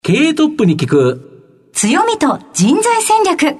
経営トップに聞く強みと人材戦略。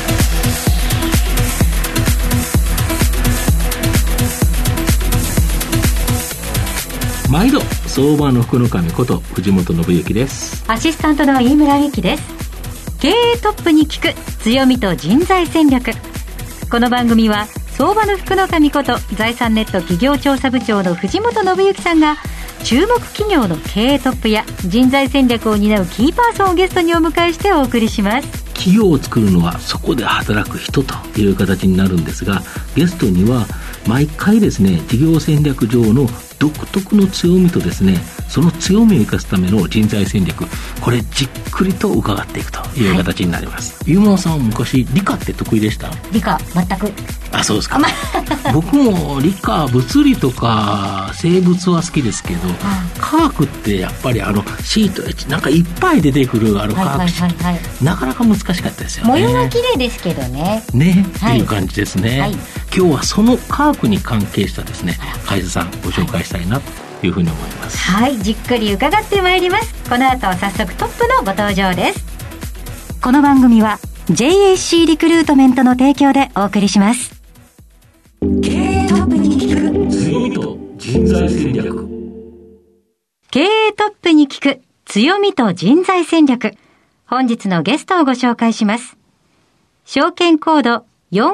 毎度相場の福の神こと藤本信之です。 アシスタントの飯村美希です。経営トップに聞く強みと人材戦略。この番組は相場の福の神こと財産ネット企業調査部長の藤本信之さんが注目企業の経営トップや人材戦略を担うキーパーソンをゲストにお迎えしてお送りします。 企業を作るのはそこで働く人という形になるんですが、ゲストには毎回ですね、事業戦略上の独特の強みとですね、その強みを生かすための人材戦略、これじっくりと伺っていくという形になります。ゆうまさんは昔理科って得意でした？ 理科全く。 あ、そうですか。僕も理科、物理とか生物は好きですけど、科学ってやっぱりシート H なんかいっぱい出てくる科学式、なかなか難しかったですよね。 模様は綺麗ですけどね。 ね、 はい、 っていう感じですね。はい、今日はその科学に関係したですね、海津さんご紹介したいなというふうに思います。 はい、じっくり伺ってまいります。この後早速トップのご登場です。この番組は JAC リクルートメントの提供でお送りします。経営トップに聞く強みと人材戦略。 経営トップに聞く強みと人材戦略。本日のゲストをご紹介します。証券コード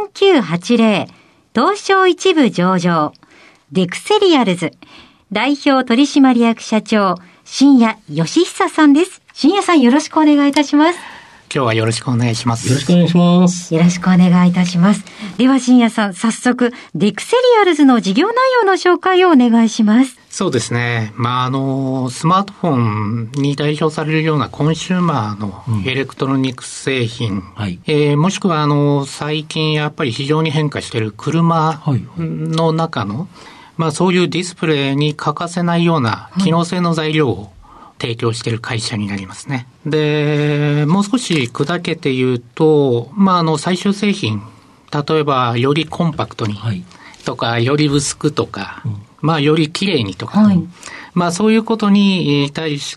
4980東証一部上場デクセリアルズ代表取締役社長新谷義久さんです。新谷さん、よろしくお願いいたします。 今日はよろしくお願いします。 よろしくお願いします。 よろしくお願いいたします。では新谷さん、早速デクセリアルズの事業内容の紹介をお願いします。 そうですね。スマートフォンに代表されるようなコンシューマーのエレクトロニクス製品、もしくは最近やっぱり非常に変化している車の中の、そういうディスプレイに欠かせないような機能性の材料を提供している会社になりますね。で、もう少し砕けて言うと、最終製品、例えばよりコンパクトにとか、より薄くとか、より綺麗にとか、そういうことに対して、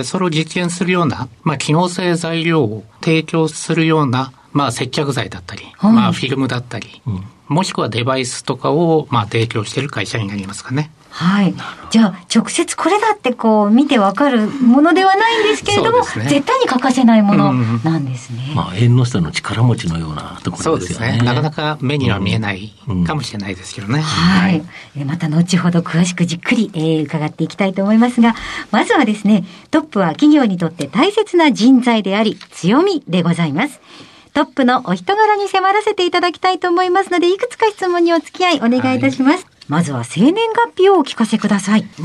それを実現するような、機能性材料を提供するような、接着剤だったり、フィルムだったり、もしくはデバイスとかを、提供している会社になりますかね。 はい。じゃあ、直接これだって見てわかるものではないんですけれども、絶対に欠かせないものなんですね。 縁の下の力持ちのようなところですよね。 そうですね。なかなか目には見えないかもしれないですけどね。 はい。また後ほど詳しくじっくり、伺っていきたいと思いますが、まずはですね、トップは企業にとって大切な人材であり、強みでございます。トップのお人柄に迫らせていただきたいと思いますので、いくつか質問にお付き合いお願いいたします。まずは生年月日をお聞かせください。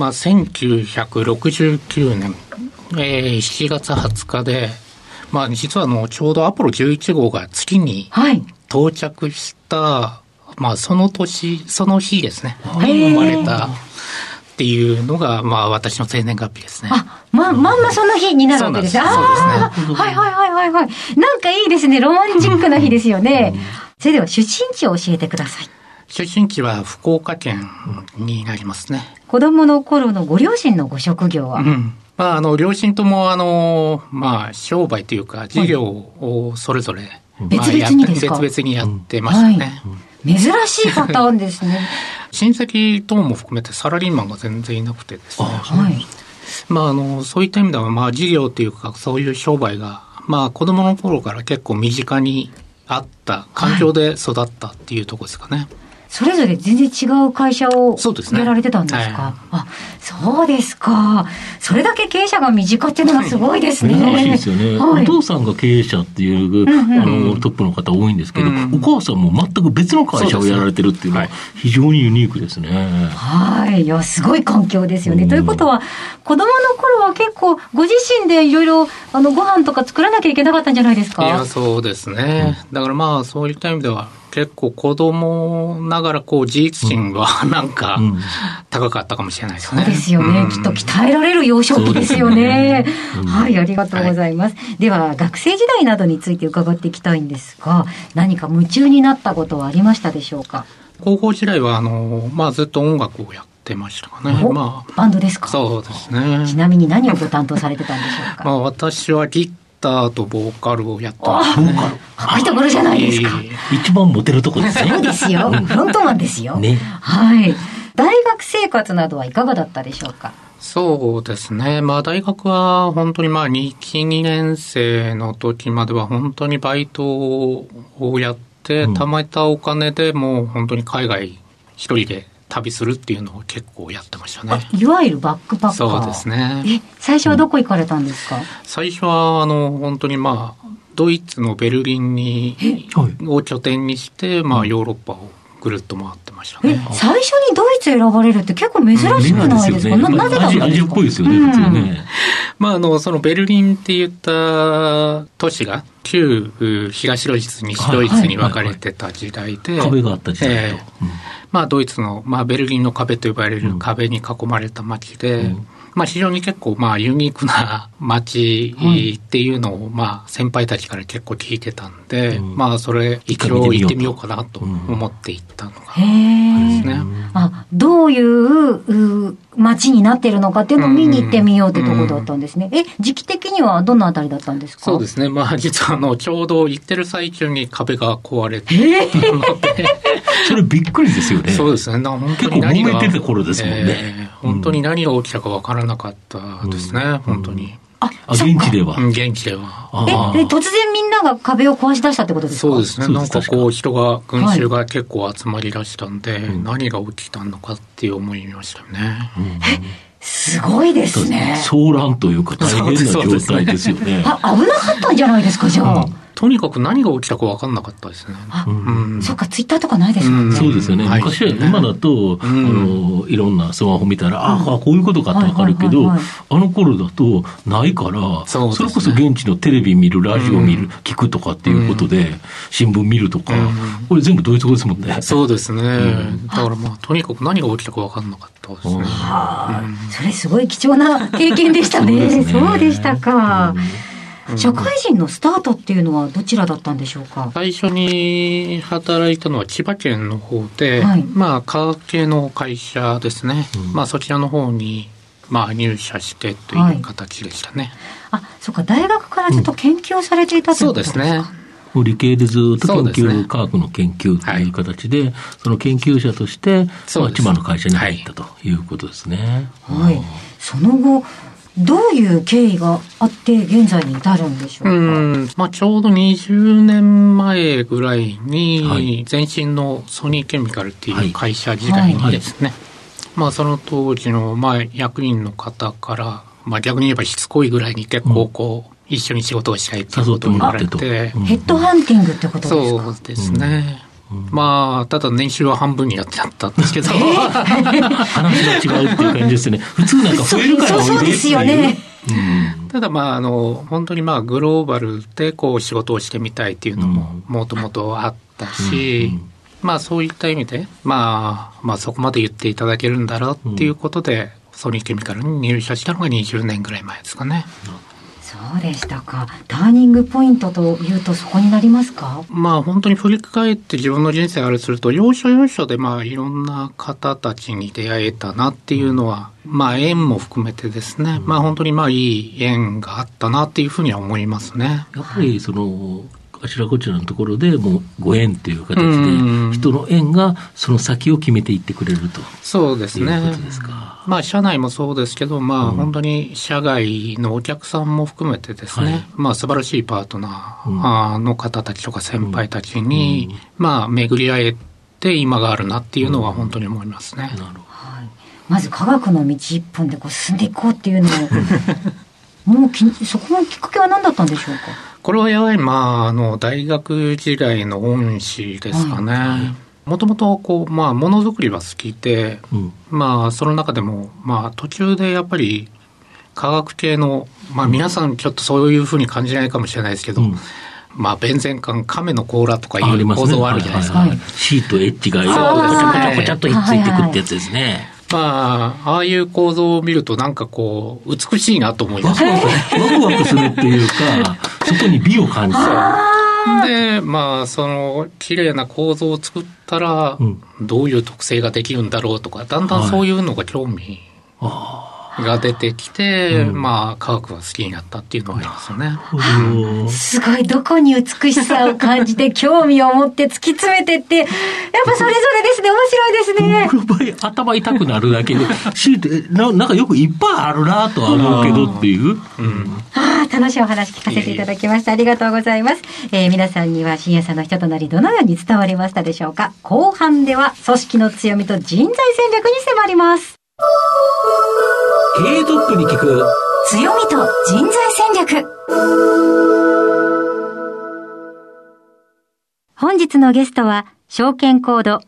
1969年、7月20日で、実はちょうどアポロ11号が月に到着した、その年、その日ですね、生まれたっていうのが、私の生年月日ですね。 まんまその日になるわけです。そうですね。はい。なんかいいですね。ロマンチックな日ですよね。それでは出身地を教えてください。 出身地は福岡県になりますね。 子供の頃のご両親のご職業は？ 両親とも商売というか事業をそれぞれ、 別々にですか？ 別々にやってましたね。 珍しいパターンですね。 親戚等も含めてサラリーマンが全然いなくてですね。そういった意味では事業というかそういう商売が子供の頃から結構身近にあった環境で育ったっていうところですかね。 それぞれ全然違う会社をやられてたんですか？そうですか。それだけ経営者が身近っていうのはすごいですね。 珍しいですよね。お父さんが経営者っていうトップの方多いんですけど、お母さんも全く別の会社をやられてるっていうのは非常にユニークですね。 はい。いや、すごい環境ですよね。ということは、子供の頃は結構ご自身でいろいろご飯とか作らなきゃいけなかったんじゃないですか？ いや、そうですね。だからそういった意味では、結構子供ながら自立心は高かったかもしれないですね。 そうですよね。きっと鍛えられる幼少期ですよね。はい、ありがとうございます。では学生時代などについて伺っていきたいんですが、何か夢中になったことはありましたでしょうか？ 高校時代はずっと音楽をやってってましたかね。 バンドですか？ そうですね。 ちなみに何をご担当されてたんでしょうか？ 私はギターとボーカルをやってましたね。 いいところじゃないですか。 一番モテるところですね。 そうですよ。フロントマンですよ。 ね。 はい。大学生活などはいかがだったでしょうか？ そうですね。大学は本当に2期2年生の時までは本当にバイトをやって、貯めたお金でもう本当に海外一人で旅するっていうのを結構やってましたね。 いわゆるバックパッカー。 そうですね。 最初はどこ行かれたんですか？ 最初は本当にドイツのベルリンを拠点にして、ヨーロッパをぐるっと回ってましたね。 最初にドイツ選ばれるって結構珍しくないですか？なぜだったんですか？ アジアっぽいですよね、普通ね。 そのベルリンって言った都市が旧東ドイツ、西ドイツに分かれてた時代で、 壁があった時代と。 ドイツの、ベルリンの壁と呼ばれる壁に囲まれた街で、非常に結構ユニークな街っていうのを先輩たちから結構聞いてたんで、それ一応行ってみようかなと思って行ったのがですね。 どういう街になっているのかっていうのを見に行ってみようってとこだったんですね。時期的にはどんなあたりだったんですか？ そうですね。実はちょうど行ってる最中に壁が壊れてそれびっくりですよね。 そうですね。本当に何が揉めてた頃ですもんね。 本当に何が起きたか分からなかったですね。本当に。 現地では。 現地では。 突然みんなが壁を壊し出したってことですか？ そうですね。群衆が結構集まりだしたんで、何が起きたのかっていう思いましたね。 すごいですね。 騒乱というか大変な状態ですよね。 危なかったんじゃないですか、じゃあ。 とにかく何が起きたか分かんなかったですね。 そうか、ツイッターとかないですもんね。 そうですよね。昔は、今だと、いろんなスマホ見たら、こういうことかって分かるけど、あの頃だとないから、それこそ現地のテレビ見る、ラジオ見る、聞くとかっていうことで、新聞見るとか、これ全部ドイツ語ですもんね。 そうですね。だからとにかく何が起きたか分かんなかったですね。 それすごい貴重な経験でしたね。そうでしたか。社会人のスタートっていうのはどちらだったんでしょうか？ 最初に働いたのは千葉県の方で、科学系の会社ですね。そちらの方に入社してという形でしたね。 そうか、大学からずっと研究をされていたということですか？そうですね。 理系でずっと研究、科学の研究という形で、その研究者として、千葉の会社に入ったということですね。 その後、どういう経緯があって現在に至るんでしょうか？ ちょうど20年前ぐらいに、前身のソニーケミカルっていう会社時代にですね、その当時の役員の方から、逆に言えばしつこいぐらいに結構一緒に仕事をしたいということを言われて、 ヘッドハンティングってことですか？ そうですね。ただ年収は半分になっちゃったんですけど話が違うっていう感じですね。普通なんか増えるからそうですよね。 ただ本当にグローバルで仕事をしてみたいっていうのももともとあったし、そういった意味でそこまで言っていただけるんだろうっていうことで、ソニーケミカルに入社したのが20年ぐらい前ですかね。 そうでしたか。ターニングポイントというとそこになりますか？ 本当に振り返って自分の人生あれすると、要所要所でいろんな方たちに出会えたなっていうのは、縁も含めてですね、本当にいい縁があったなっていうふうには思いますね。 やっぱりあちらこちらのところでもうご縁という形で、人の縁がその先を決めていってくれると。 そうですね。 いうことですか。 社内もそうですけど、本当に社外のお客さんも含めてですね、素晴らしいパートナーの方たちとか先輩たちに、巡り合えて今があるなっていうのは本当に思いますね。 なるほど。 まず科学の道一本で進んでいこうっていうのもそこのきっかけは何だったんでしょうか？これはやはり大学時代の恩師ですかね。もともとものづくりは好きで、その中でも途中でやっぱり科学系の皆さんちょっとそういうふうに感じないかもしれないですけど、ベンゼン管亀の甲羅とかいう構造あるじゃないですか。 シートエッジがポチャポチャっとひっついてくってやつですね。 ああいう構造を見るとなんか美しいなと思います。 ワクワクするっていうか、そこに美を感じる。 で、その綺麗な構造を作ったら、どういう特性ができるんだろうとか、だんだんそういうのが興味が出てきて、科学が好きになったっていうのがありますよね。 すごい、どこに美しさを感じて興味を持って突き詰めてって、やっぱそれぞれですね。面白いですね。 僕の場合頭痛くなるだけでなんかよくいっぱいあるなとは思うけどっていう、 楽しいお話聞かせていただきました。ありがとうございます。皆さんには信也さんの人となりどのように伝わりましたでしょうか。後半では組織の強みと人材戦略に迫ります。 経営トップに聞く強みと人材戦略。本日のゲストは証券コード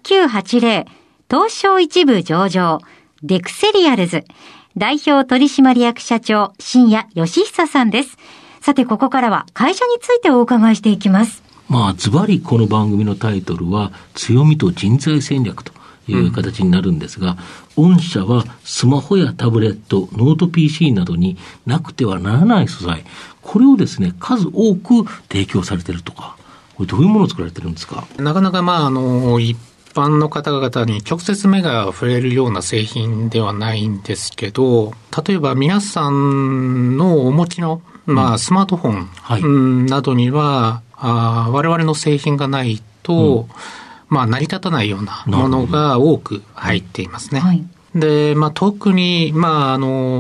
4980東証一部上場デクセリアルズ代表取締役社長信也義久さんです。さて、ここからは会社についてお伺いしていきます。 ズバリこの番組のタイトルは強みと人材戦略という形になるんですが、御社はスマホやタブレット、ノート PC などになくてはならない素材、これをですね、数多く提供されているとか、これどういうものを作られてるんですか？ なかなか一般の方々に直接目が触れるような製品ではないんですけど、例えば皆さんのお持ちの、スマートフォン、などには我々の製品がないと、成り立たないようなものが多く入っていますね。で、特に、我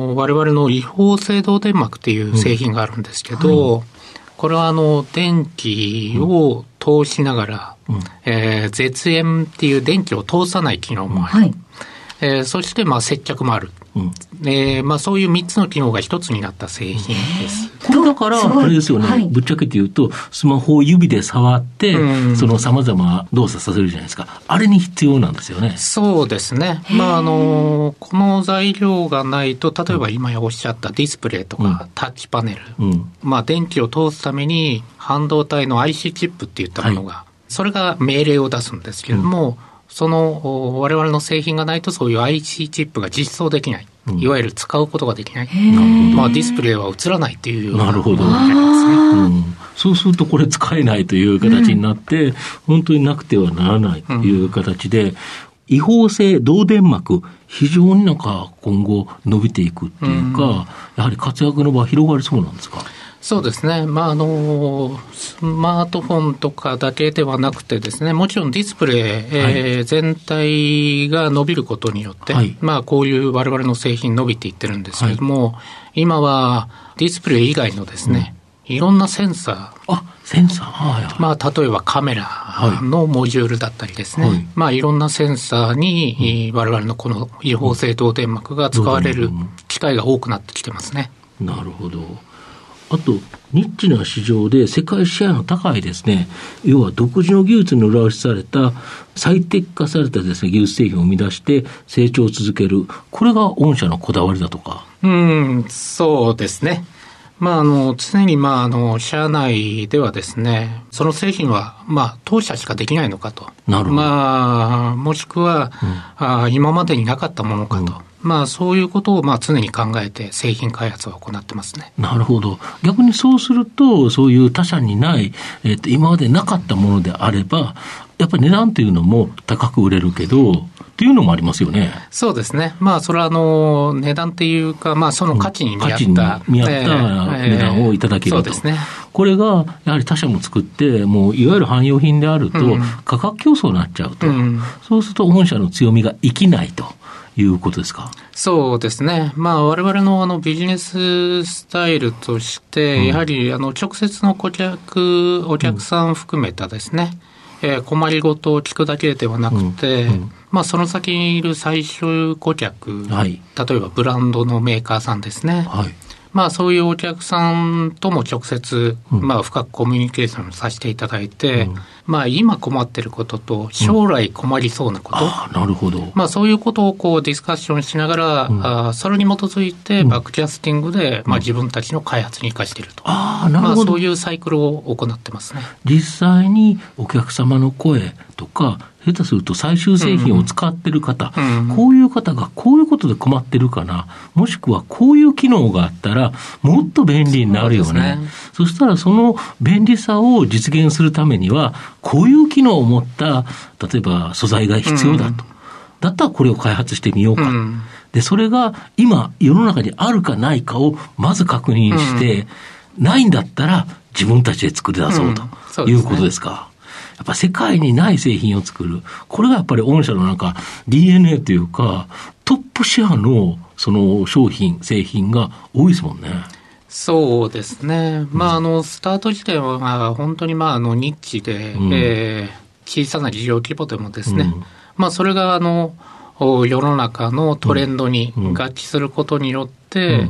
々の違法制動電膜っていう製品があるんですけど、これは電気を通しながら、絶縁っていう電気を通さない機能もある。そして接着もある。そういう3つの機能が一つになった製品です。 これだからあれですよね、ぶっちゃけて言うとスマホを指で触って、その様々動作させるじゃないですか。あれに必要なんですよね。 そうですね。この材料がないと、例えば今おっしゃったディスプレイとかタッチパネル、電気を通すために半導体の IC チップっていったものが、それが命令を出すんですけれども、その我々の製品がないとそういう IC チップが実装できない、いわゆる使うことができない、ディスプレイは映らないというようなことになりますね。 そうするとこれ使えないという形になって、本当になくてはならないという形で、違法性導電膜非常に今後伸びていくっていうか、やはり活躍の場広がりそうなんですか？ そうですね。スマートフォンとかだけではなくてですね、もちろんディスプレイ、全体が伸びることによって、こういう我々の製品伸びていってるんですけれども、今はディスプレイ以外のですね、いろんなセンサー、例えばカメラのモジュールだったりですね、いろんなセンサーに、我々のこの違法性導電膜が使われる機会が多くなってきてますね。 なるほど。あと、ニッチな市場で世界シェアの高いですね、要は独自の技術に裏打ちされた、最適化されたですね、技術製品を生み出して成長を続ける。これが御社のこだわりだとか。 そうですね。常に社内ではですね、その製品は当社しかできないのかと。 なるほど。 もしくは、今までになかったものかと。そういうことを常に考えて製品開発を行ってますね。 なるほど。逆にそうすると、そういう他社にない、今までなかったものであれば、やっぱり値段というのも高く売れるけど、っていうのもありますよね。 そうですね。それは値段っていうか、その価値に見合った、 値段をいただけると。 そうですね。 これがやはり他社も作って、もういわゆる汎用品であると、価格競争になっちゃうと。そうすると御社の強みが生きないということですか？ そうですね。我々のビジネススタイルとして、やはり直接のお客さん含めたですね、困りごとを聞くだけではなくて、その先にいる最終顧客、例えばブランドのメーカーさんですね。そういうお客さんとも直接、深くコミュニケーションさせていただいて、今困っていることと将来困りそうなこと、 なるほど。 そういうことをディスカッションしながら、それに基づいてバックキャスティングで、自分たちの開発に生かしていると。 なるほど。 そういうサイクルを行ってますね。 実際にお客様の声とか下手すると最終製品を使ってる方、こういう方がこういうことで困ってるかな、もしくはこういう機能があったらもっと便利になるよね。そしたらその便利さを実現するためにはこういう機能を持った例えば素材が必要だと、だったらこれを開発してみようか、でそれが今世の中にあるかないかをまず確認して、ないんだったら自分たちで作り出そうということですか。やっぱ世界にない製品を作る。これがやっぱり御社のなんか DNA というか、トップシェアのその商品、製品が多いですもんね。 そうですね。スタート時点は本当にニッチで、小さな事業規模でもですね、それが世の中のトレンドに合致することによって、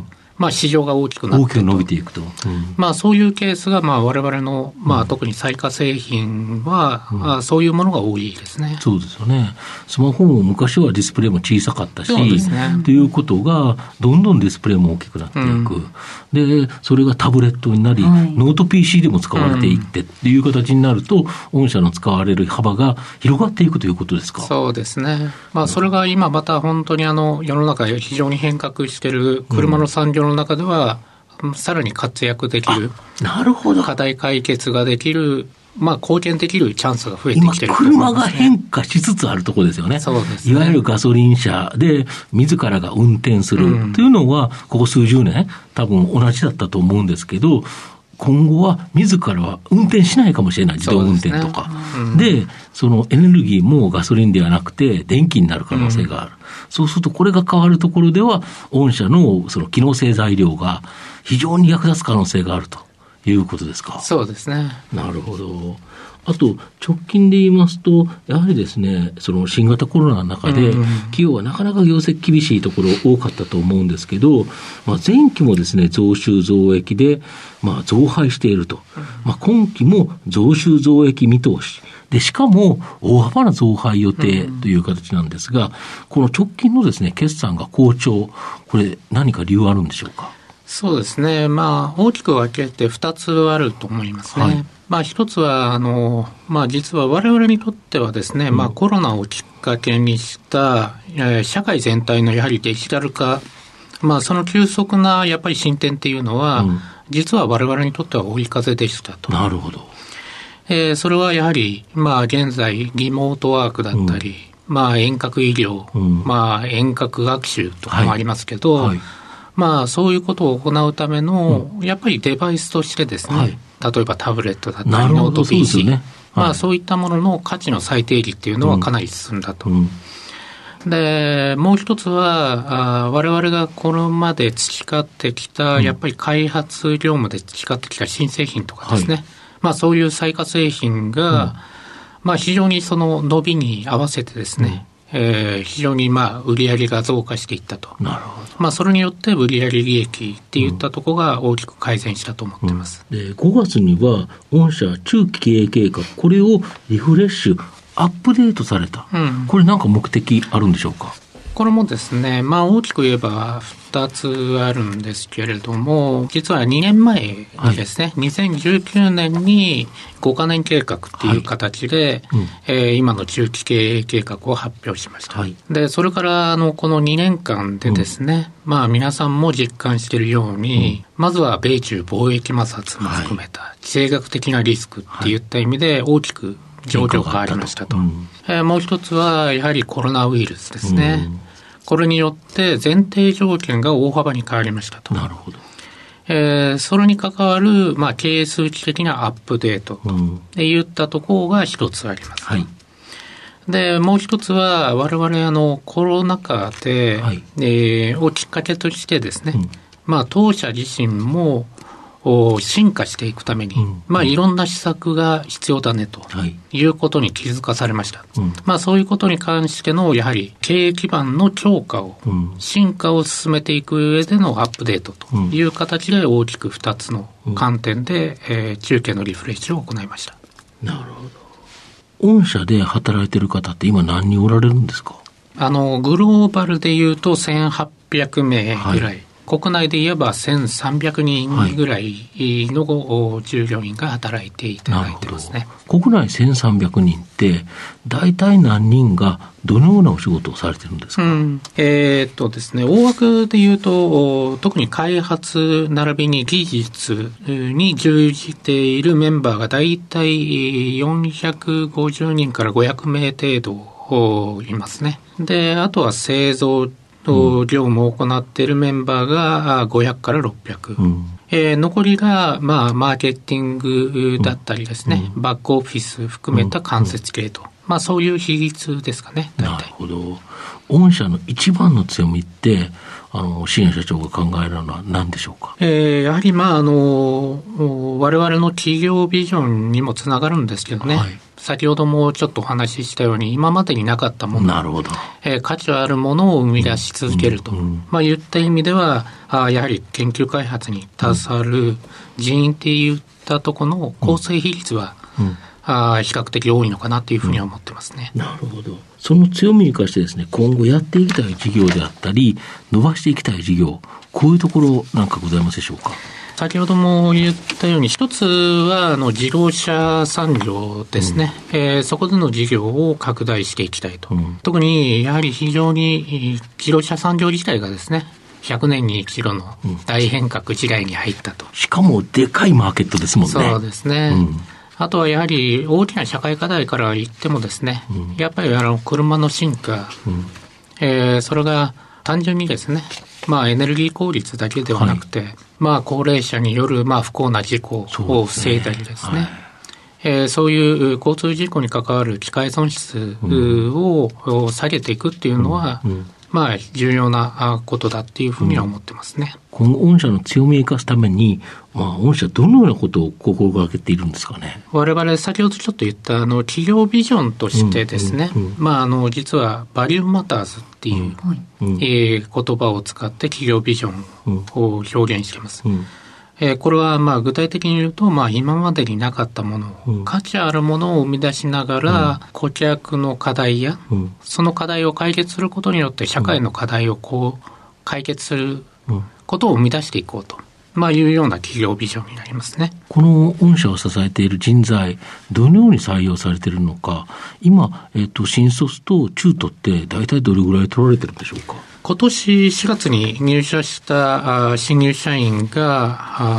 市場が大きくなって大きく伸びていくと。 そういうケースが我々の、特に最下製品は、そういうものが多いですね。 そうですよね。スマホも昔はディスプレイも小さかったし、 そうですね、 ということがどんどんディスプレイも大きくなっていく。で、それがタブレットになり、ノート PC でも使われていってっていう形になると、御社の使われる幅が広がっていくということですか。 そうですね。それが今また本当に世の中非常に変革している車の産業の中では、さらに活躍できる、 なるほど、 課題解決ができる、貢献できるチャンスが増えてきていると思いますね。 今車が変化しつつあるところですよね。 そうですね。 いわゆるガソリン車で自らが運転するというのは、ここ数十年多分同じだったと思うんですけど、今後は自らは運転しないかもしれない、自動運転とか。で、そのエネルギーもガソリンではなくて電気になる可能性がある。そうするとこれが変わるところでは、御社のその機能性材料が非常に役立つ可能性があるということですか。 そうですね。 なるほど。あと直近で言いますと、やはりですね、その新型コロナの中で企業はなかなか業績厳しいところ多かったと思うんですけど、前期もですね増収増益で増配していると、今期も増収増益見通しで、しかも大幅な増配予定という形なんですが、この直近のですね決算が好調、これ何か理由あるんでしょうか。 そうですね。大きく分けて2つあると思いますね。一つは実は我々にとってはですね、コロナをきっかけにした、社会全体のやはりデジタル化、その急速なやっぱり進展っていうのは、実は我々にとっては追い風でしたと。 なるほど。 それはやはり現在リモートワークだったり、遠隔医療、遠隔学習とかもありますけど、そういうことを行うための、やっぱりデバイスとしてですね、例えばタブレットだったりノート PC、そういったものの価値の再定義っていうのはかなり進んだと。で、もう一つは我々がこれまで培ってきた、やっぱり開発業務で培ってきた新製品とかですね、そういう最下製品が、非常にその伸びに合わせてですね、非常に売上が増加していったと。 なるほど。 それによって売上利益っていったところが大きく改善したと思っています。 で、5月には御社中期経営計画、これをリフレッシュアップデートされた、これなんか目的あるんでしょうか。 これもですね、大きく言えば2つあるんですけれども、実は2年前にですね、2019年に5カ年計画っていう形で、今の中期経営計画を発表しました。で、それからこの2年間でですね、皆さんも実感しているように、まずは米中貿易摩擦も含めた地政学的なリスクっていった意味で大きく状況が変わりましたと。もう一つはやはりコロナウイルスですね。これによって前提条件が大幅に変わりましたと。 なるほど。 それに関わる、経営数値的なアップデートといったところが一つあります。で、もう一つは我々コロナ禍で、をきっかけとしてですね、当社自身も進化していくために、いろんな施策が必要だねということに気づかされました。そういうことに関してのやはり経営基盤の強化を、進化を進めていく上でのアップデートという形で大きく2つの観点で、中継のリフレッシュを行いました。 なるほど。御社で働いている方って今何人おられるんですか。 グローバルでいうと1800名ぐらい。 国内で言えば1300人ぐらいの従業員が働いていただいてますね。 国内1300人って大体何人がどのようなお仕事をされてるんですか？ ですね、大枠で言うと特に開発並びに技術に従事ているメンバーが大体450人から500名程度いますね。で、あとは製造業務を行っているメンバーが500から600、残りが、マーケティングだったりですね、バックオフィス含めた間接系と、そういう比率ですかね。 なるほど。御社の一番の強みって支援社長が考えるのは何でしょうか？ やはり我々の企業ビジョンにもつながるんですけどね、先ほどもちょっとお話ししたように今までになかったもの、 なるほど、 価値あるものを生み出し続けると、いった意味ではやはり研究開発に携わる人員っていったところの構成比率は、比較的多いのかなというふうには思ってますね。 なるほど。その強みに生かしてですね、今後やっていきたい事業であったり伸ばしていきたい事業、こういうところなんかございますでしょうか？ 先ほども言ったように一つは自動車産業ですね、そこでの事業を拡大していきたいと、特にやはり非常に自動車産業自体がですね100年に一度の大変革時代に入ったと、 しかもでかいマーケットですもんね。 そうですね、あとはやはり大きな社会課題から言ってもですね、やっぱり車の進化、それが単純にですね、エネルギー効率だけではなくて、高齢者による不幸な事故を防いだりですね、そういう交通事故に関わる機械損失を下げていくっていうのは、重要なことだっていうふうには思ってますね。 今後御社の強みを生かすために、御社どのようなことを心がけているんですかね？ 我々先ほどちょっと言った企業ビジョンとしてですね、実はバリューマターズっていう、言葉を使って企業ビジョンを表現しています。これは具体的に言うと、今までになかったものを、価値あるものを生み出しながら、顧客の課題や、その課題を解決することによって社会の課題を解決することを生み出していこうと、いうような企業ビジョンになりますね。 この御社を支えている人材、どのように採用されているのか、今、新卒と中途って大体どれぐらい取られてるんでしょうか？ 今年4月に入社した新入社員が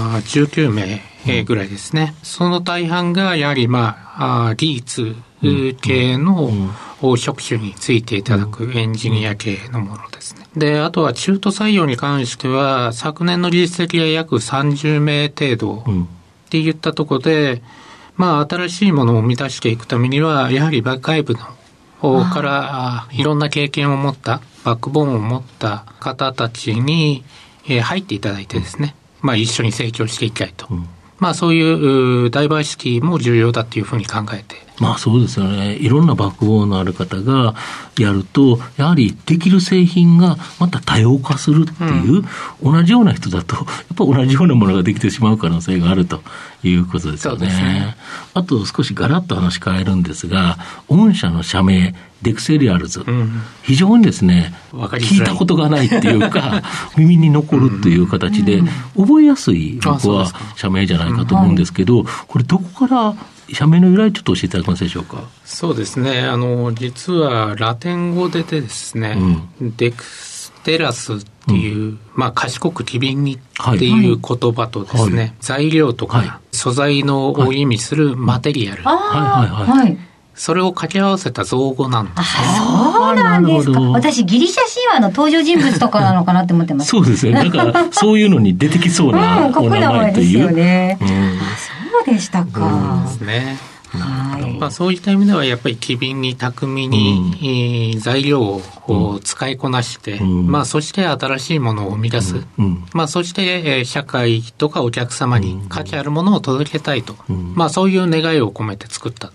19名ぐらいですね。その大半がやはり技術系の職種についていただくエンジニア系のものですね。で、あとは中途採用に関しては昨年の実績が約30名程度っていったところで、新しいものを生み出していくためにはやはり外部の方からいろんな経験を持ったバックボーンを持った方たちに入っていただいてですね、一緒に成長していきたいと、そういうダイバーシティも重要だというふうに考えて、 そうですよね。いろんなバックボーンのある方がやると、やはりできる製品がまた多様化するっていう、同じような人だとやっぱ同じようなものができてしまう可能性があるということですよね。 そうですね。 あと少しガラッと話変えるんですが、御社の社名デクセリアルズ、非常にですね聞いたことがないっていうか耳に残るという形で覚えやすい僕は社名じゃないかと思うんですけど、これどこから社名の由来ちょっと教えていただけますでしょうか？ そうですね、実はラテン語でですね、デクステラスっていう、賢く機敏にっていう言葉とですね、材料とか素材のを意味するマテリアル、それを掛け合わせた造語なんです。 そうなんですか。私ギリシャ神話の登場人物とかなのかなって思ってます。 そうですね。だからそういうのに出てきそうなお名前という。 かっこいい名前ですよね。そうでしたか。 ですね。そういった意味ではやっぱり機敏に巧みに、材料を使いこなして、そして新しいものを生み出す、そして、社会とかお客様に価値あるものを届けたいと、そういう願いを込めて作ったと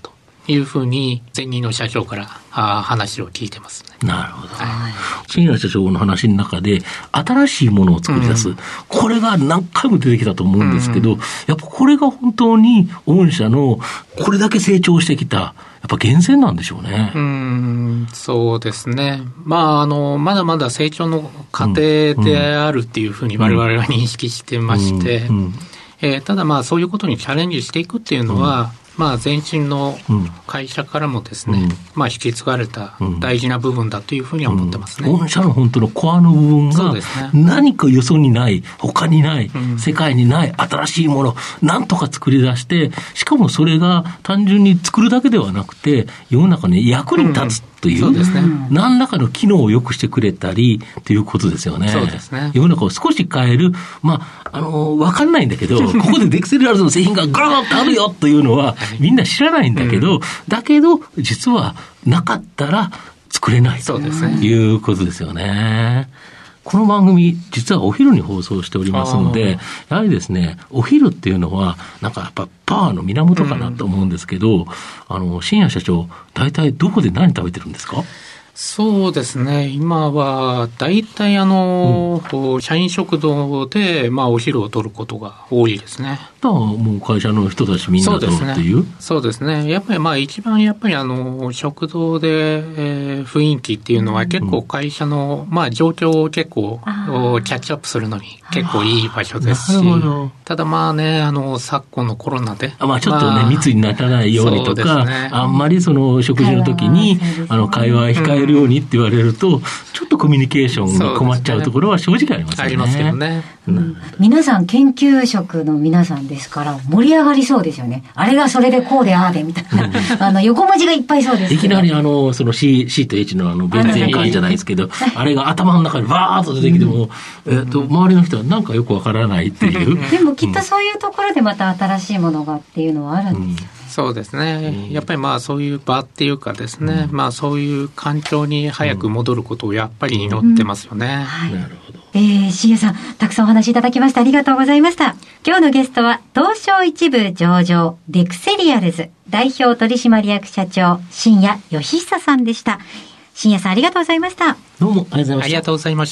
いうふうに前任の社長から話を聞いてますね。 なるほど。新谷社長の話の中で新しいものを作り出す、これが何回も出てきたと思うんですけど、やっぱこれが本当に御社のこれだけ成長してきたやっぱ源泉なんでしょうね。 そうですね。まだまだ成長の過程であるっていうふうに我々は認識してまして、ただそういうことにチャレンジしていくっていうのは、前身の会社からもですね、引き継がれた大事な部分だというふうには思ってますね。 御社の本当のコアの部分が何かよそにない、他にない、世界にない新しいもの、なんとか作り出して、しかもそれが単純に作るだけではなくて、世の中に役に立つという、何らかの機能を良くしてくれたりということですよね。 そうですね。 世の中を少し変える、わかんないんだけど、ここでデクセルアルズの製品がガーッとあるよというのは、みんな知らないんだけど、だけど実はなかったら作れないということですよね。この番組実はお昼に放送しておりますので、やはりですね、お昼っていうのはなんかやっぱパワーの源かなと思うんですけど、新谷社長大体どこで何食べてるんですか？ そうですね。今は大体社員食堂でお昼を取ることが多いですね。 もう会社の人たちみんなとっていう。 そうですね。やっぱり一番食堂で、雰囲気っていうのは結構会社の状況を結構キャッチアップするのに結構いい場所ですし、ただ昨今のコロナでちょっとね、密にならないようにとか、あんまりその食事の時に会話を控えるようにって言われると、ちょっとコミュニケーションが困っちゃうところは正直ありますよね。 ありますけどね。 皆さん研究職の皆さんですから盛り上がりそうですよね。あれがそれでこうでああでみたいな横文字がいっぱいそうですけど、 いきなりその C と H のベンゼン感じゃないですけど、あれが頭の中にバーッと出てきても、周りの人はなんかよくわからないっていうでもきっとそういうところでまた新しいものがっていうのはあるんですよね。 そうですね。やっぱりそういう場っていうかですね、そういう環境に早く戻ることをやっぱり祈ってますよね。 なるほど。 新谷さん、たくさんお話いただきましてありがとうございました。今日のゲストは東証一部上場デクセリアルズ代表取締役社長新谷義久さんでした。新谷さん、ありがとうございました。 どうもありがとうございました。 ありがとうございました。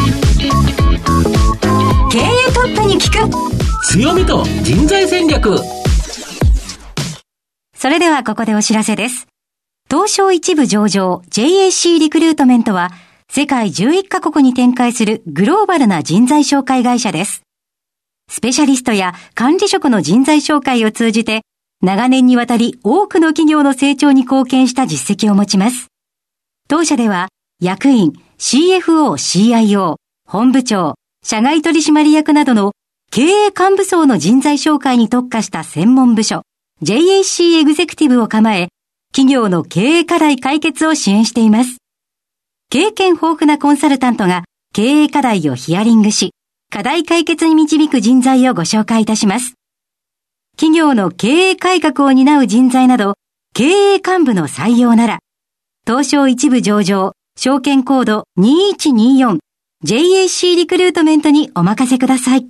経営トップに聞く強みと人材戦略。 それではここでお知らせです。東証一部上場 JAC リクルートメントは世界11カ国に展開するグローバルな人材紹介会社です。スペシャリストや管理職の人材紹介を通じて長年にわたり多くの企業の成長に貢献した実績を持ちます。当社では役員、CFO、CIO、本部長、社外取締役などの経営幹部層の人材紹介に特化した専門部署JAC エグゼクティブを構え、企業の経営課題解決を支援しています。経験豊富なコンサルタントが経営課題をヒアリングし、課題解決に導く人材をご紹介いたします。企業の経営改革を担う人材など、経営幹部の採用なら、東証一部上場、証券コード2124 JAC リクルートメントにお任せください。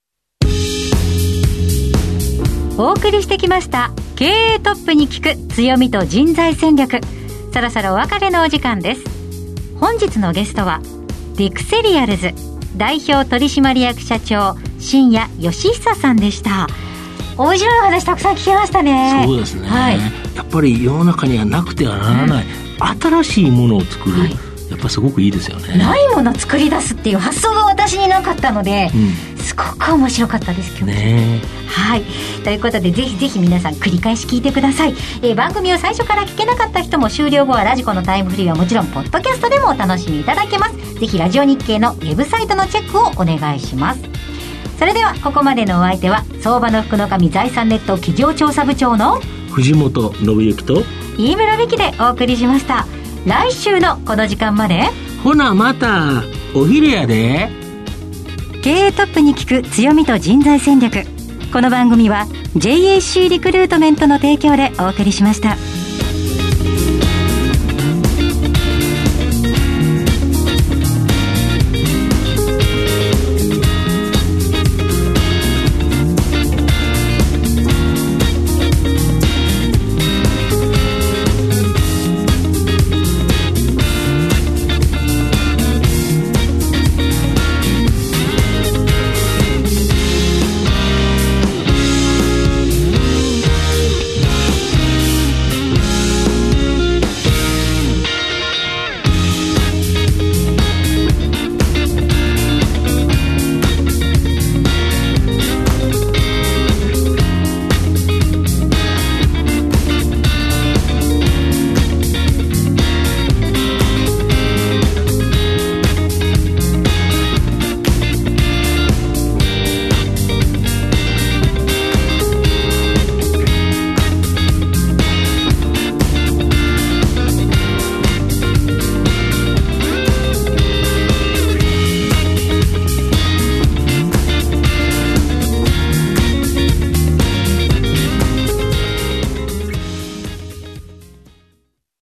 お送りしてきました経営トップに聞く強みと人材戦略。そろそろお別れのお時間です。本日のゲストはデクセリアルズ代表取締役社長新谷義久さんでした。面白い話たくさん聞きましたね。 そうですね、やっぱり世の中にはなくてはならない、新しいものを作る、やっぱすごくいいですよね。 ないものを作り出すっていう発想が私になかったので、すごく面白かったです今日ね。ということでぜひぜひ皆さん繰り返し聞いてください。番組を最初から聞けなかった人も終了後はラジコのタイムフリーはもちろんポッドキャストでもお楽しみいただけます。ぜひラジオ日経のウェブサイトのチェックをお願いします。それではここまでのお相手は相場の福の神財産ネット企業調査部長の藤本信之と飯村美希でお送りしました。来週のこの時間までほなまたお昼やで。 経営トップに聞く強みと人材戦略。この番組は JAC リクルートメントの提供でお送りしました。